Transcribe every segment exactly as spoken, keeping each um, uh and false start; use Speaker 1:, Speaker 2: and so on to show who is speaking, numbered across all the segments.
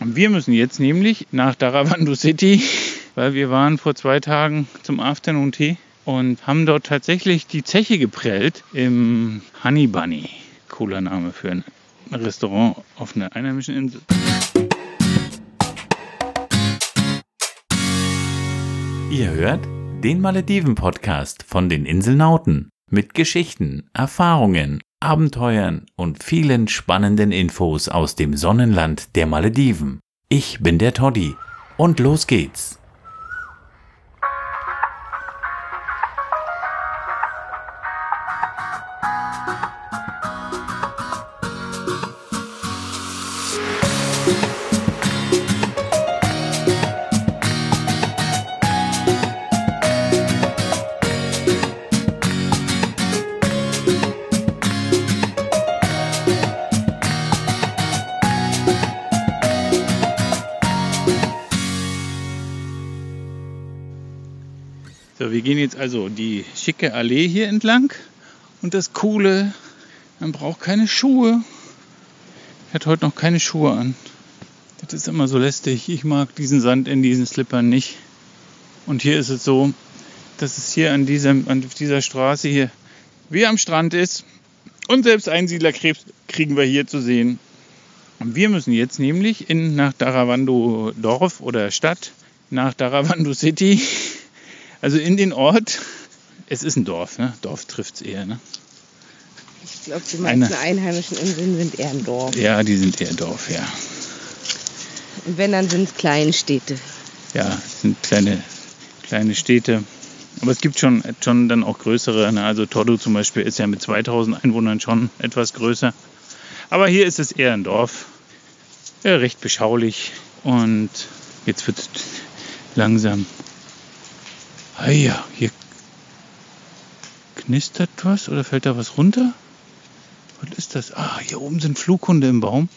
Speaker 1: Wir müssen jetzt nämlich nach Dharavandhu City, weil wir waren vor zwei Tagen zum Afternoon Tea und haben dort tatsächlich die Zeche geprellt im Honey Bunny. Cooler Name für ein Restaurant auf einer einheimischen Insel.
Speaker 2: Ihr hört den Malediven-Podcast von den Inselnauten mit Geschichten, Erfahrungen, Abenteuern und vielen spannenden Infos aus dem Sonnenland der Malediven. Ich bin der Toddy und los geht's.
Speaker 1: So, wir gehen jetzt also die schicke Allee hier entlang und das Coole, man braucht keine Schuhe. Ich hatte heute noch keine Schuhe an. Das ist immer so lästig. Ich mag diesen Sand in diesen Slippern nicht. Und hier ist es so, dass es hier an, diesem, an dieser Straße hier wie am Strand ist. Und selbst Einsiedlerkrebs kriegen wir hier zu sehen. Und wir müssen jetzt nämlich in, nach Dharavandhu Dorf oder Stadt, nach Dharavandhu City. Also in den Ort, es ist ein Dorf, ne? Dorf trifft es eher, ne?
Speaker 3: Ich glaube, die meisten Eine, einheimischen Inseln sind eher ein Dorf.
Speaker 1: Ja, die sind eher Dorf, ja.
Speaker 3: Und wenn, dann sind es kleine Städte.
Speaker 1: Ja, es sind kleine, kleine Städte. Aber es gibt schon, schon dann auch größere, ne? Also Todo zum Beispiel ist ja mit zweitausend Einwohnern schon etwas größer. Aber hier ist es eher ein Dorf. Ja, recht beschaulich. Und jetzt wird es langsam. Ah ja, hier knistert was oder fällt da was runter? Was ist das? Ah, hier oben sind Flughunde im Baum.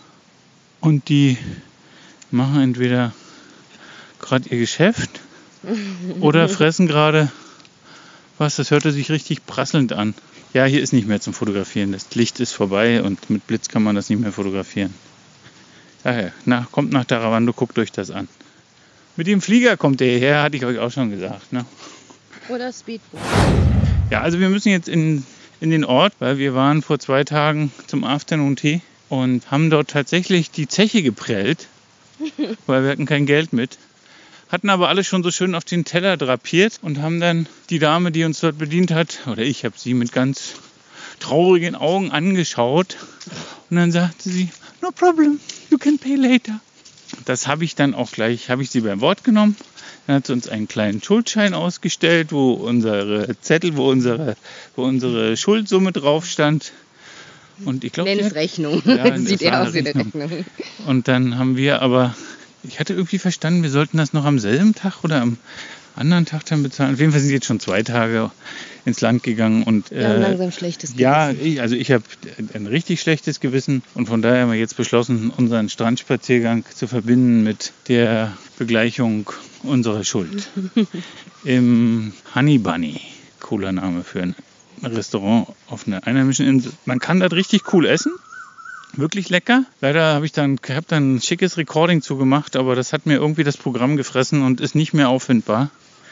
Speaker 1: Und die machen entweder gerade ihr Geschäft oder fressen gerade was. Das hörte sich richtig prasselnd an. Ja, hier ist nicht mehr zum Fotografieren. Das Licht ist vorbei und mit Blitz kann man das nicht mehr fotografieren. Daher, na, kommt nach Dharavandhu, guckt euch das an. Mit dem Flieger kommt der hierher, hatte ich euch auch schon gesagt. Ne?
Speaker 3: Oder Speedboot.
Speaker 1: Ja, also wir müssen jetzt in, in den Ort, weil wir waren vor zwei Tagen zum Afternoon Tea und haben dort tatsächlich die Zeche geprellt, weil wir hatten kein Geld mit. Hatten aber alles schon so schön auf den Teller drapiert und haben dann die Dame, die uns dort bedient hat, oder ich habe sie mit ganz traurigen Augen angeschaut und dann sagte sie, no problem, you can pay later. Das habe ich dann auch gleich, habe ich sie beim Wort genommen. Dann hat sie uns einen kleinen Schuldschein ausgestellt, wo unsere Zettel, wo unsere, wo unsere Schuldsumme drauf stand. Und ich glaube,
Speaker 3: nenn es Rechnung. Ja, sieht eher aus wie eine Rechnung.
Speaker 1: Und dann haben wir aber, ich hatte irgendwie verstanden, wir sollten das noch am selben Tag oder am anderen Tag dann bezahlen. Auf jeden Fall sind jetzt schon zwei Tage ins Land gegangen und
Speaker 3: wir haben äh, langsam schlechtes Gewissen.
Speaker 1: Ja, ich, also ich habe ein richtig schlechtes Gewissen und von daher haben wir jetzt beschlossen, unseren Strandspaziergang zu verbinden mit der Begleichung unserer Schuld. Im Honey Bunny, cooler Name für ein Restaurant auf einer einheimischen Insel. Man kann dort richtig cool essen. Wirklich lecker. Leider habe ich dann, hab dann ein schickes Recording zugemacht, aber das hat mir irgendwie das Programm gefressen und ist nicht mehr auffindbar.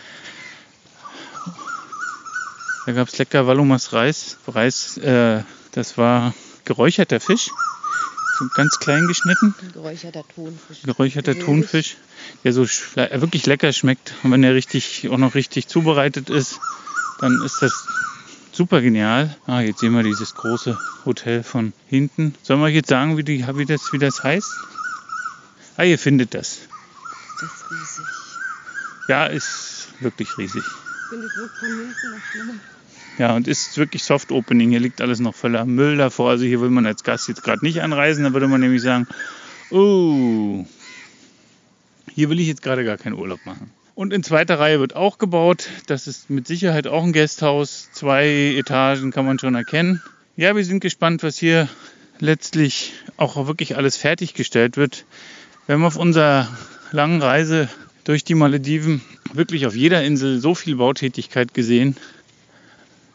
Speaker 1: Da gab es lecker Valumas Reis. Reis, äh, das war geräucherter Fisch, so ganz klein geschnitten.
Speaker 3: Geräucherter Thunfisch.
Speaker 1: Geräucherter Süß. Thunfisch, der so sch- wirklich lecker schmeckt. Und wenn der richtig, auch noch richtig zubereitet ist, dann ist das super genial. Ah, jetzt sehen wir dieses große Hotel von hinten. Sollen wir jetzt sagen, wie, die, wie, das, wie das heißt? Ah, ihr findet das.
Speaker 3: Das ist riesig.
Speaker 1: Ja, ist wirklich riesig.
Speaker 3: Ich finde, es wirkt von hinten noch schlimmer.
Speaker 1: Ja, und ist wirklich Soft Opening. Hier liegt alles noch voller Müll davor. Also hier will man als Gast jetzt gerade nicht anreisen. Da würde man nämlich sagen, oh, hier will ich jetzt gerade gar keinen Urlaub machen. Und in zweiter Reihe wird auch gebaut. Das ist mit Sicherheit auch ein Gasthaus. Zwei Etagen kann man schon erkennen. Ja, wir sind gespannt, was hier letztlich auch wirklich alles fertiggestellt wird. Wir haben auf unserer langen Reise durch die Malediven wirklich auf jeder Insel so viel Bautätigkeit gesehen.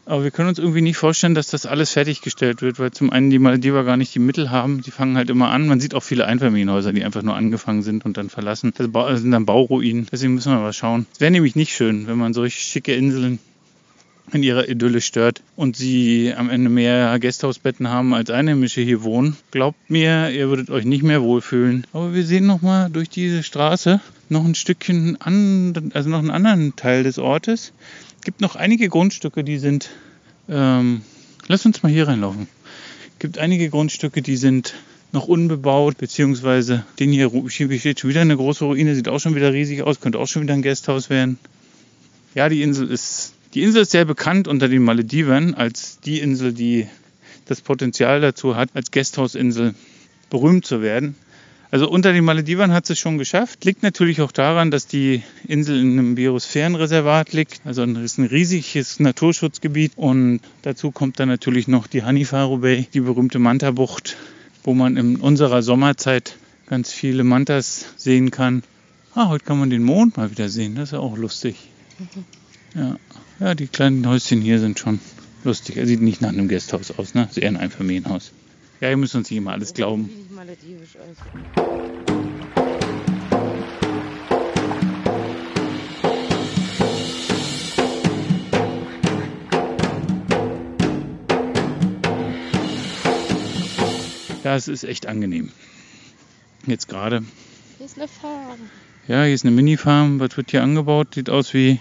Speaker 1: Aber wir können uns irgendwie nicht vorstellen, dass das alles fertiggestellt wird, weil zum einen die Malediver gar nicht die Mittel haben. Die fangen halt immer an. Man sieht auch viele Einfamilienhäuser, die einfach nur angefangen sind und dann verlassen. Das sind dann Bauruinen. Deswegen müssen wir mal schauen. Es wäre nämlich nicht schön, wenn man solche schicke Inseln in ihrer Idylle stört und sie am Ende mehr Gästhausbetten haben als Einheimische hier wohnen. Glaubt mir, ihr würdet euch nicht mehr wohlfühlen. Aber wir sehen noch mal durch diese Straße noch ein Stückchen, an, also noch einen anderen Teil des Ortes. Es gibt noch einige Grundstücke, die sind, ähm, lass uns mal hier reinlaufen. Es gibt einige Grundstücke, die sind noch unbebaut, beziehungsweise den hier steht schon wieder eine große Ruine, sieht auch schon wieder riesig aus, könnte auch schon wieder ein Gasthaus werden. Ja, die Insel ist Die Insel ist sehr bekannt unter den Maledivern als die Insel, die das Potenzial dazu hat, als Gasthausinsel berühmt zu werden. Also unter den Maledivern hat sie es schon geschafft. Liegt natürlich auch daran, dass die Insel in einem Biosphärenreservat liegt. Also es ist ein riesiges Naturschutzgebiet. Und dazu kommt dann natürlich noch die Hanifaru Bay, die berühmte Manta-Bucht, wo man in unserer Sommerzeit ganz viele Mantas sehen kann. Ah, heute kann man den Mond mal wieder sehen. Das ist ja auch lustig. Ja. Ja, die kleinen Häuschen hier sind schon lustig. Er sieht nicht nach einem Gasthaus aus, ne? Das ist eher ein Einfamilienhaus. Ja, ihr müsst uns nicht immer alles glauben.
Speaker 3: Sieht nicht maledivisch aus.
Speaker 1: Ja, es ist echt angenehm. Jetzt gerade.
Speaker 3: Hier ist eine Farm.
Speaker 1: Ja, hier ist eine Mini-Farm. Was wird hier angebaut? Sieht aus wie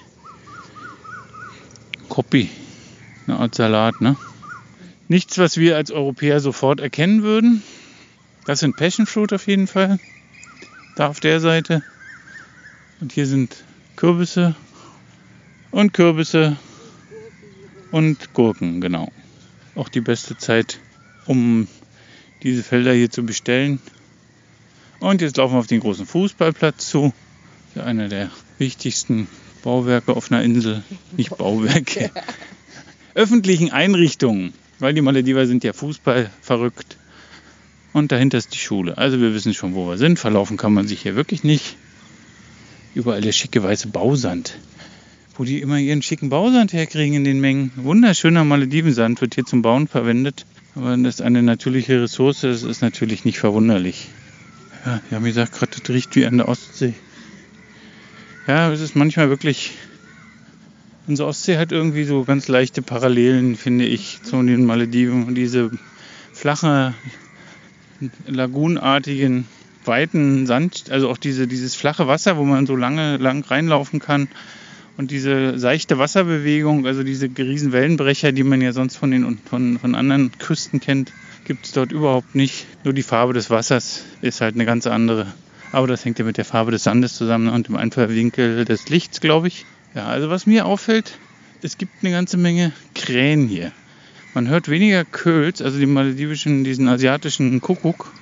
Speaker 1: Koppi, eine Art Salat, ne? Nichts, was wir als Europäer sofort erkennen würden. Das sind Passion Fruit auf jeden Fall. Da auf der Seite. Und hier sind Kürbisse und Kürbisse und Gurken, genau. Auch die beste Zeit, um diese Felder hier zu bestellen. Und jetzt laufen wir auf den großen Fußballplatz zu. Ja, einer der wichtigsten Bauwerke auf einer Insel, nicht Bauwerke, öffentlichen Einrichtungen, weil die Malediver sind ja Fußball verrückt und dahinter ist die Schule. Also wir wissen schon, wo wir sind, verlaufen kann man sich hier wirklich nicht. Überall der schicke weiße Bausand, wo die immer ihren schicken Bausand herkriegen in den Mengen. Wunderschöner Maledivensand wird hier zum Bauen verwendet, aber das ist eine natürliche Ressource, das ist natürlich nicht verwunderlich. Ja, wir haben gesagt, gerade das riecht wie an der Ostsee. Ja, es ist manchmal wirklich, unsere Ostsee hat irgendwie so ganz leichte Parallelen, finde ich, zu den Malediven. Und diese flache, lagunartigen, weiten Sand, also auch diese, dieses flache Wasser, wo man so lange lang reinlaufen kann. Und diese seichte Wasserbewegung, also diese riesen Wellenbrecher, die man ja sonst von den von, von anderen Küsten kennt, gibt es dort überhaupt nicht. Nur die Farbe des Wassers ist halt eine ganz andere. Aber das hängt ja mit der Farbe des Sandes zusammen und dem Einfallwinkel des Lichts, glaube ich. Ja, also was mir auffällt, es gibt eine ganze Menge Krähen hier. Man hört weniger Köls, also den maledivischen, diesen asiatischen Kuckuck.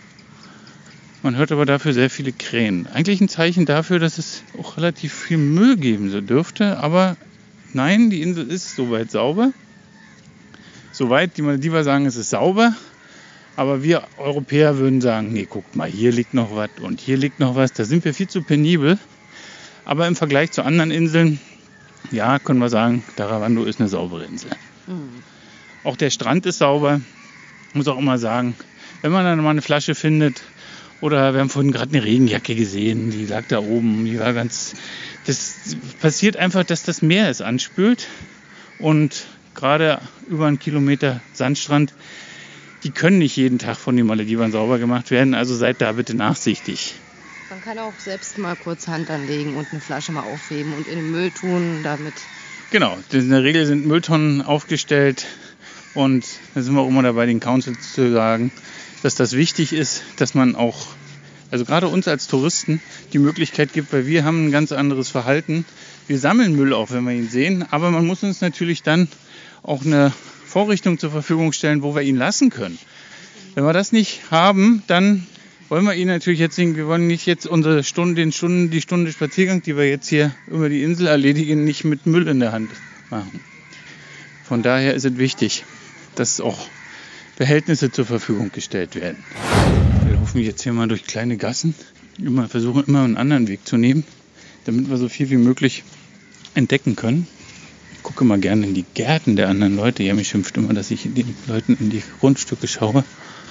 Speaker 1: Man hört aber dafür sehr viele Krähen. Eigentlich ein Zeichen dafür, dass es auch relativ viel Müll geben so dürfte. Aber nein, die Insel ist soweit sauber. Soweit die Malediver sagen, es ist sauber. Aber wir Europäer würden sagen, nee, guckt mal, hier liegt noch was und hier liegt noch was. Da sind wir viel zu penibel. Aber im Vergleich zu anderen Inseln, ja, können wir sagen, Taravando ist eine saubere Insel. Mhm. Auch der Strand ist sauber. Ich muss auch immer sagen, wenn man dann mal eine Flasche findet, oder wir haben vorhin gerade eine Regenjacke gesehen, die lag da oben, die war ganz... Das passiert einfach, dass das Meer es anspült. Und gerade über einen Kilometer Sandstrand, die können nicht jeden Tag von den Maledivern sauber gemacht werden, also seid da bitte nachsichtig.
Speaker 3: Man kann auch selbst mal kurz Hand anlegen und eine Flasche mal aufheben und in den Müll tun, damit...
Speaker 1: Genau, in der Regel sind Mülltonnen aufgestellt und da sind wir auch immer dabei, den Councils zu sagen, dass das wichtig ist, dass man auch, also gerade uns als Touristen, die Möglichkeit gibt, weil wir haben ein ganz anderes Verhalten. Wir sammeln Müll auf, wenn wir ihn sehen, aber man muss uns natürlich dann auch eine Vorrichtung zur Verfügung stellen, wo wir ihn lassen können. Wenn wir das nicht haben, dann wollen wir ihn natürlich jetzt nicht, wir wollen nicht jetzt unsere Stunde, den Stunden, die Stunde Spaziergang, die wir jetzt hier über die Insel erledigen, nicht mit Müll in der Hand machen. Von daher ist es wichtig, dass auch Behältnisse zur Verfügung gestellt werden. Wir laufen jetzt hier mal durch kleine Gassen, immer, versuchen immer einen anderen Weg zu nehmen, damit wir so viel wie möglich entdecken können. Guck gucke immer gerne in die Gärten der anderen Leute. Ja, mich schimpft immer, dass ich den Leuten in die Grundstücke schaue.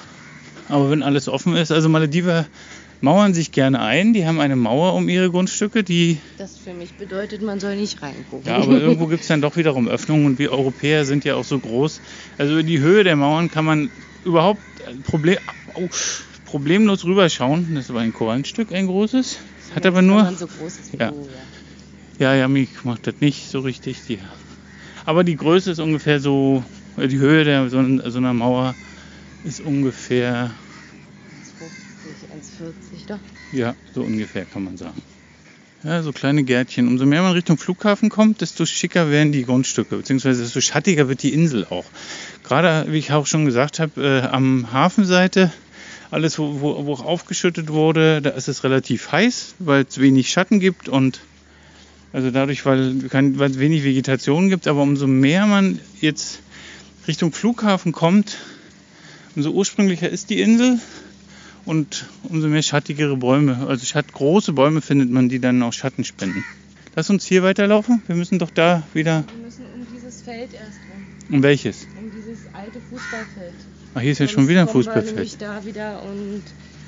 Speaker 1: Aber wenn alles offen ist, also Malediver mauern sich gerne ein. Die haben eine Mauer um ihre Grundstücke, die...
Speaker 3: Das für mich bedeutet, man soll nicht reingucken.
Speaker 1: Ja, aber irgendwo gibt es dann doch wiederum Öffnungen und wir Europäer sind ja auch so groß. Also in die Höhe der Mauern kann man überhaupt Problem, oh, problemlos rüberschauen. Das ist aber ein Korallenstück, ein großes. Hat
Speaker 3: ja,
Speaker 1: aber nur...
Speaker 3: Wenn man so groß ist wie
Speaker 1: ja.
Speaker 3: du, ja.
Speaker 1: Ja, ja, mich macht das nicht so richtig. Die, aber die Größe ist ungefähr so, die Höhe der so, so einer Mauer ist ungefähr...
Speaker 3: eins fünfzig, eins vierzig, doch?
Speaker 1: Ja, so ungefähr kann man sagen. Ja, so kleine Gärtchen. Umso mehr man Richtung Flughafen kommt, desto schicker werden die Grundstücke, beziehungsweise desto schattiger wird die Insel auch. Gerade, wie ich auch schon gesagt habe, äh, am Hafenseite, alles, wo, wo, wo aufgeschüttet wurde, da ist es relativ heiß, weil es wenig Schatten gibt und also dadurch, weil, weil es wenig Vegetation gibt, aber umso mehr man jetzt Richtung Flughafen kommt, umso ursprünglicher ist die Insel und umso mehr schattigere Bäume. Also Schatt, große Bäume findet man, die dann auch Schatten spenden. Lass uns hier weiterlaufen. Wir müssen doch da wieder...
Speaker 3: Wir müssen um dieses Feld erst rum.
Speaker 1: Um welches?
Speaker 3: Um dieses alte Fußballfeld.
Speaker 1: Ach, hier ist ja schon wieder ein Fußballfeld.
Speaker 3: Nämlich da wieder und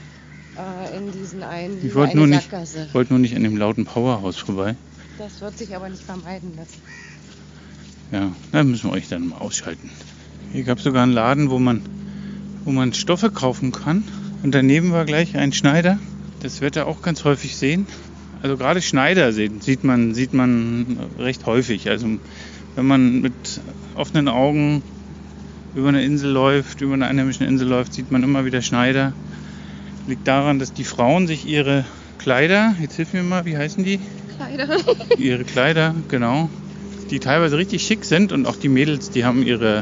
Speaker 3: äh, in diesen einen,
Speaker 1: ich
Speaker 3: diese
Speaker 1: wollte
Speaker 3: eine
Speaker 1: nur, nicht,
Speaker 3: Sackgasse.
Speaker 1: wollt nur nicht an dem lauten Powerhouse vorbei.
Speaker 3: Das wird sich aber nicht vermeiden lassen.
Speaker 1: Ja, dann müssen wir euch dann mal ausschalten. Hier gab es sogar einen Laden, wo man, wo man Stoffe kaufen kann. Und daneben war gleich ein Schneider. Das wird er auch ganz häufig sehen. Also gerade Schneider sieht man, sieht man recht häufig. Also wenn man mit offenen Augen über eine Insel läuft, über eine einheimische Insel läuft, sieht man immer wieder Schneider. Liegt daran, dass die Frauen sich ihre Kleider, jetzt hilf mir mal, wie heißen die?
Speaker 3: Kleider.
Speaker 1: Ihre Kleider, genau. Die teilweise richtig schick sind und auch die Mädels, die haben ihre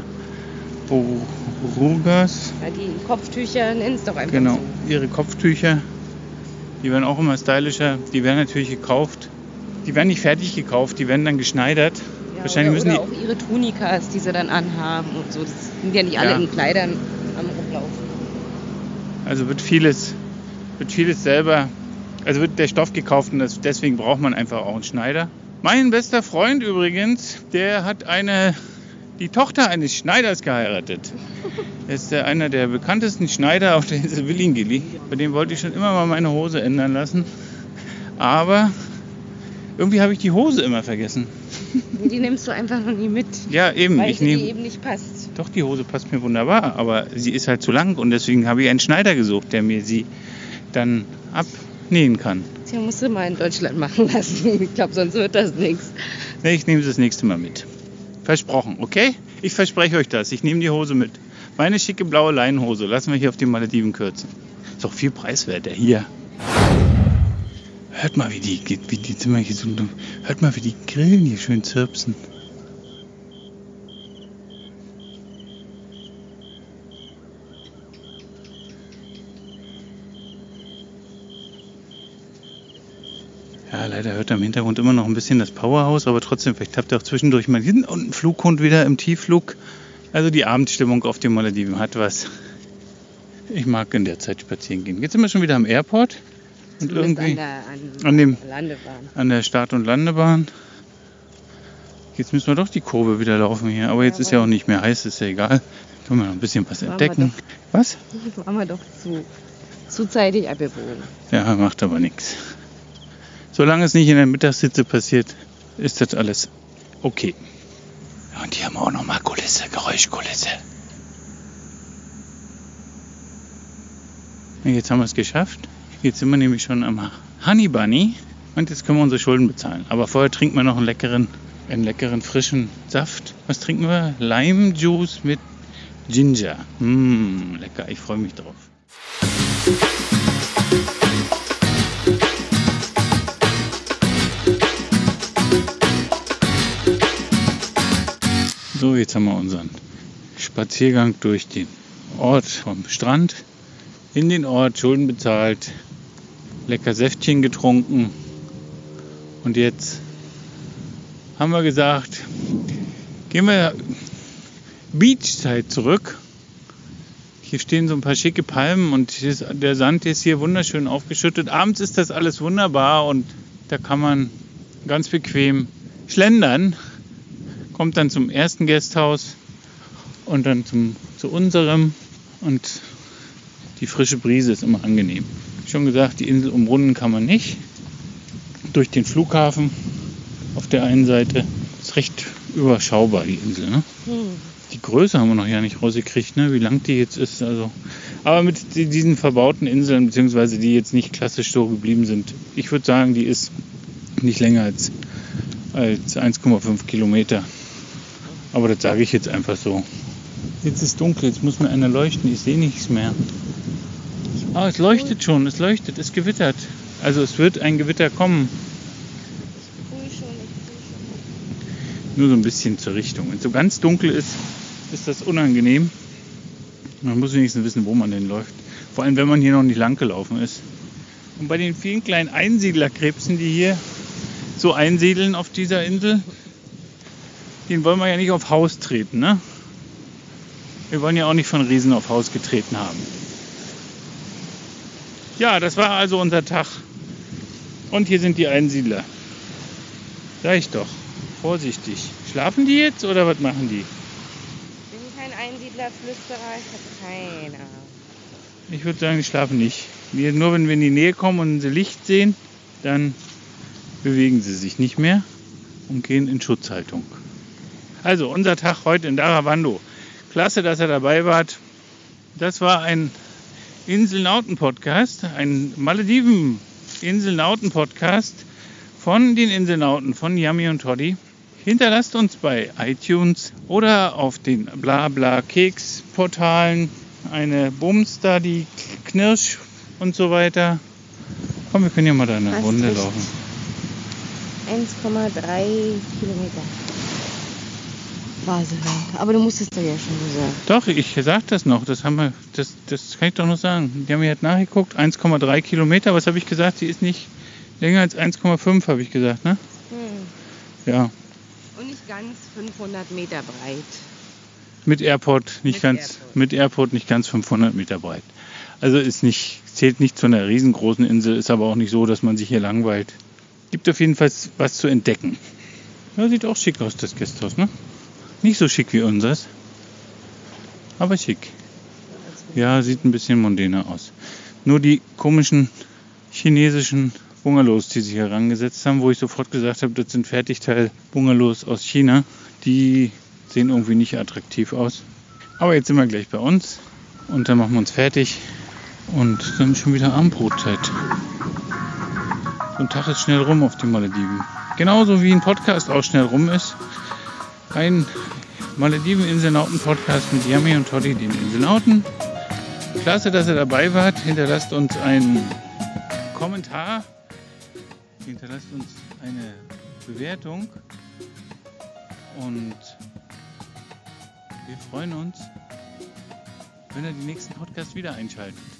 Speaker 1: Borugas.
Speaker 3: Ja, die Kopftücher, nenn es doch einfach
Speaker 1: Genau,
Speaker 3: so.
Speaker 1: ihre Kopftücher. Die werden auch immer stylischer. Die werden natürlich gekauft. Die werden nicht fertig gekauft, die werden dann geschneidert.
Speaker 3: Ja,
Speaker 1: Wahrscheinlich
Speaker 3: oder,
Speaker 1: müssen
Speaker 3: oder
Speaker 1: die.
Speaker 3: auch ihre Tunikas, die sie dann anhaben und so. Das sind ja nicht alle
Speaker 1: Ja.
Speaker 3: in Kleidern am Rumlaufen.
Speaker 1: Also wird vieles, wird vieles selber. Also wird der Stoff gekauft und das, deswegen braucht man einfach auch einen Schneider. Mein bester Freund übrigens, der hat eine, die Tochter eines Schneiders geheiratet. Er ist der, einer der bekanntesten Schneider auf der Insel Willingili. Bei dem wollte ich schon immer mal meine Hose ändern lassen. Aber irgendwie habe ich die Hose immer vergessen.
Speaker 3: Die nimmst du einfach noch nie mit.
Speaker 1: Ja, eben.
Speaker 3: Weil
Speaker 1: ich
Speaker 3: sie
Speaker 1: nehm,
Speaker 3: dir eben nicht passt.
Speaker 1: Doch, die Hose passt mir wunderbar, aber sie ist halt zu lang und deswegen habe ich einen Schneider gesucht, der mir sie dann abnähen kann.
Speaker 3: Tja, musst du mal in Deutschland machen lassen. Ich glaube, sonst wird das nichts.
Speaker 1: Nee, ich nehme sie das nächste Mal mit. Versprochen, okay? Ich verspreche euch das. Ich nehme die Hose mit. Meine schicke blaue Leinenhose lassen wir hier auf den Malediven kürzen. Ist auch viel preiswerter hier. Hört mal, wie die, wie die Zimmer hier so, hört mal, wie die Grillen hier schön zirpsen. Ja, leider hört ihr im Hintergrund immer noch ein bisschen das Powerhouse, aber trotzdem, vielleicht habt ihr auch zwischendurch mal hinten und einen Flughund wieder im Tiefflug. Also die Abendstimmung auf den Malediven hat was. Ich mag in der Zeit spazieren gehen. Jetzt sind wir schon wieder am Airport. Und
Speaker 3: Zumindest
Speaker 1: irgendwie
Speaker 3: an der, an,
Speaker 1: an dem-
Speaker 3: der Landebahn.
Speaker 1: an der Start- und Landebahn. Jetzt müssen wir doch die Kurve wieder laufen hier. Aber jetzt ist ja auch nicht mehr heiß, ist ja egal. Können wir noch ein bisschen was
Speaker 3: Machen wir
Speaker 1: entdecken. Was?
Speaker 3: Waren wir doch zu, zu zeitig abgebogen.
Speaker 1: Ja, macht aber nichts. Solange es nicht in der Mittagssitze passiert, ist das alles okay. Ja, und hier haben wir auch nochmal Kulisse, Geräuschkulisse. Ja, jetzt haben wir es geschafft. Jetzt sind wir nämlich schon am Honey Bunny und jetzt können wir unsere Schulden bezahlen. Aber vorher trinken wir noch einen leckeren, einen leckeren frischen Saft. Was trinken wir? Lime Juice mit Ginger. Mmh, lecker, ich freue mich drauf. So, jetzt haben wir unseren Spaziergang durch den Ort vom Strand in den Ort, Schulden bezahlt, lecker Säftchen getrunken und jetzt haben wir gesagt, gehen wir Beachzeit zurück. Hier stehen so ein paar schicke Palmen und hier ist, der Sand ist hier wunderschön aufgeschüttet. Abends ist das alles wunderbar und da kann man ganz bequem schlendern. kommt dann zum ersten Gasthaus und dann zum, zu unserem und die frische Brise ist immer angenehm. Wie schon gesagt, die Insel umrunden kann man nicht. Durch den Flughafen auf der einen Seite ist recht überschaubar, die Insel. Ne?
Speaker 3: Hm.
Speaker 1: Die Größe haben wir noch ja nicht rausgekriegt, ne? Wie lang die jetzt ist. Also. Aber mit diesen verbauten Inseln, beziehungsweise die jetzt nicht klassisch so geblieben sind, ich würde sagen, die ist nicht länger als, als eins Komma fünf Kilometer. Aber das sage ich jetzt einfach so. Jetzt ist dunkel, jetzt muss mir einer leuchten, ich sehe nichts mehr. Ah, es leuchtet schon, es leuchtet, es gewittert. Also es wird ein Gewitter kommen. Nur so ein bisschen zur Richtung. Wenn es so ganz dunkel ist, ist das unangenehm. Man muss wenigstens wissen, wo man denn läuft. Vor allem, wenn man hier noch nicht lang gelaufen ist. Und bei den vielen kleinen Einsiedlerkrebsen, die hier so einsiedeln auf dieser Insel, den wollen wir ja nicht auf Haus treten, ne? Wir wollen ja auch nicht von Riesen auf Haus getreten haben. Ja, das war also unser Tag. Und hier sind die Einsiedler. Sag ich doch. Vorsichtig. Schlafen die jetzt oder was machen die?
Speaker 3: Ich bin kein Einsiedlerflüsterer, ich habe keine Ahnung.
Speaker 1: Ich würde sagen, die schlafen nicht. Wir, nur wenn wir in die Nähe kommen und sie Licht sehen, dann bewegen sie sich nicht mehr und gehen in Schutzhaltung. Also unser Tag heute in Daravando. Klasse, dass ihr dabei wart. Das war ein Inselnauten-Podcast, ein Malediven-Inselnauten-Podcast von den Inselnauten, von Yummy und Toddy. Hinterlasst uns bei iTunes oder auf den Blabla-Keks-Portalen eine Bums da, die Knirsch und so weiter. Komm, wir können ja mal da eine
Speaker 3: Fast
Speaker 1: Runde
Speaker 3: nicht.
Speaker 1: laufen.
Speaker 3: eins Komma drei Kilometer. War so lang. Aber du musstest doch ja schon gesagt.
Speaker 1: Doch, ich sag das noch. Das haben wir, das, das kann ich doch noch sagen. Die haben mir halt nachgeguckt. eins Komma drei Kilometer. Was habe ich gesagt? Sie ist nicht länger als eins Komma fünf, habe ich gesagt, ne?
Speaker 3: Hm.
Speaker 1: Ja.
Speaker 3: Und nicht ganz fünfhundert Meter breit.
Speaker 1: Mit Airport nicht
Speaker 3: Mit
Speaker 1: ganz,
Speaker 3: Airport.
Speaker 1: mit Airport nicht ganz fünfhundert Meter breit. Also ist nicht, zählt nicht zu einer riesengroßen Insel, ist aber auch nicht so, dass man sich hier langweilt. Gibt auf jeden Fall was zu entdecken. Ja, sieht auch schick aus, das Gasthaus, ne? Nicht so schick wie unseres, aber schick. Ja, sieht ein bisschen mondäner aus. Nur die komischen chinesischen Bungalows, die sich herangesetzt haben, wo ich sofort gesagt habe, das sind Fertigteil-Bungalows aus China, die sehen irgendwie nicht attraktiv aus. Aber jetzt sind wir gleich bei uns und dann machen wir uns fertig und dann ist schon wieder Abendbrotzeit. So ein Tag ist schnell rum auf den Malediven. Genauso wie ein Podcast auch schnell rum ist. Ein Malediven-Inselnauten-Podcast mit Yummy und Toddy, den Inselnauten. Klasse, dass ihr dabei wart. Hinterlasst uns einen Kommentar. Hinterlasst uns eine Bewertung. Und wir freuen uns, wenn ihr die nächsten Podcasts wieder einschaltet.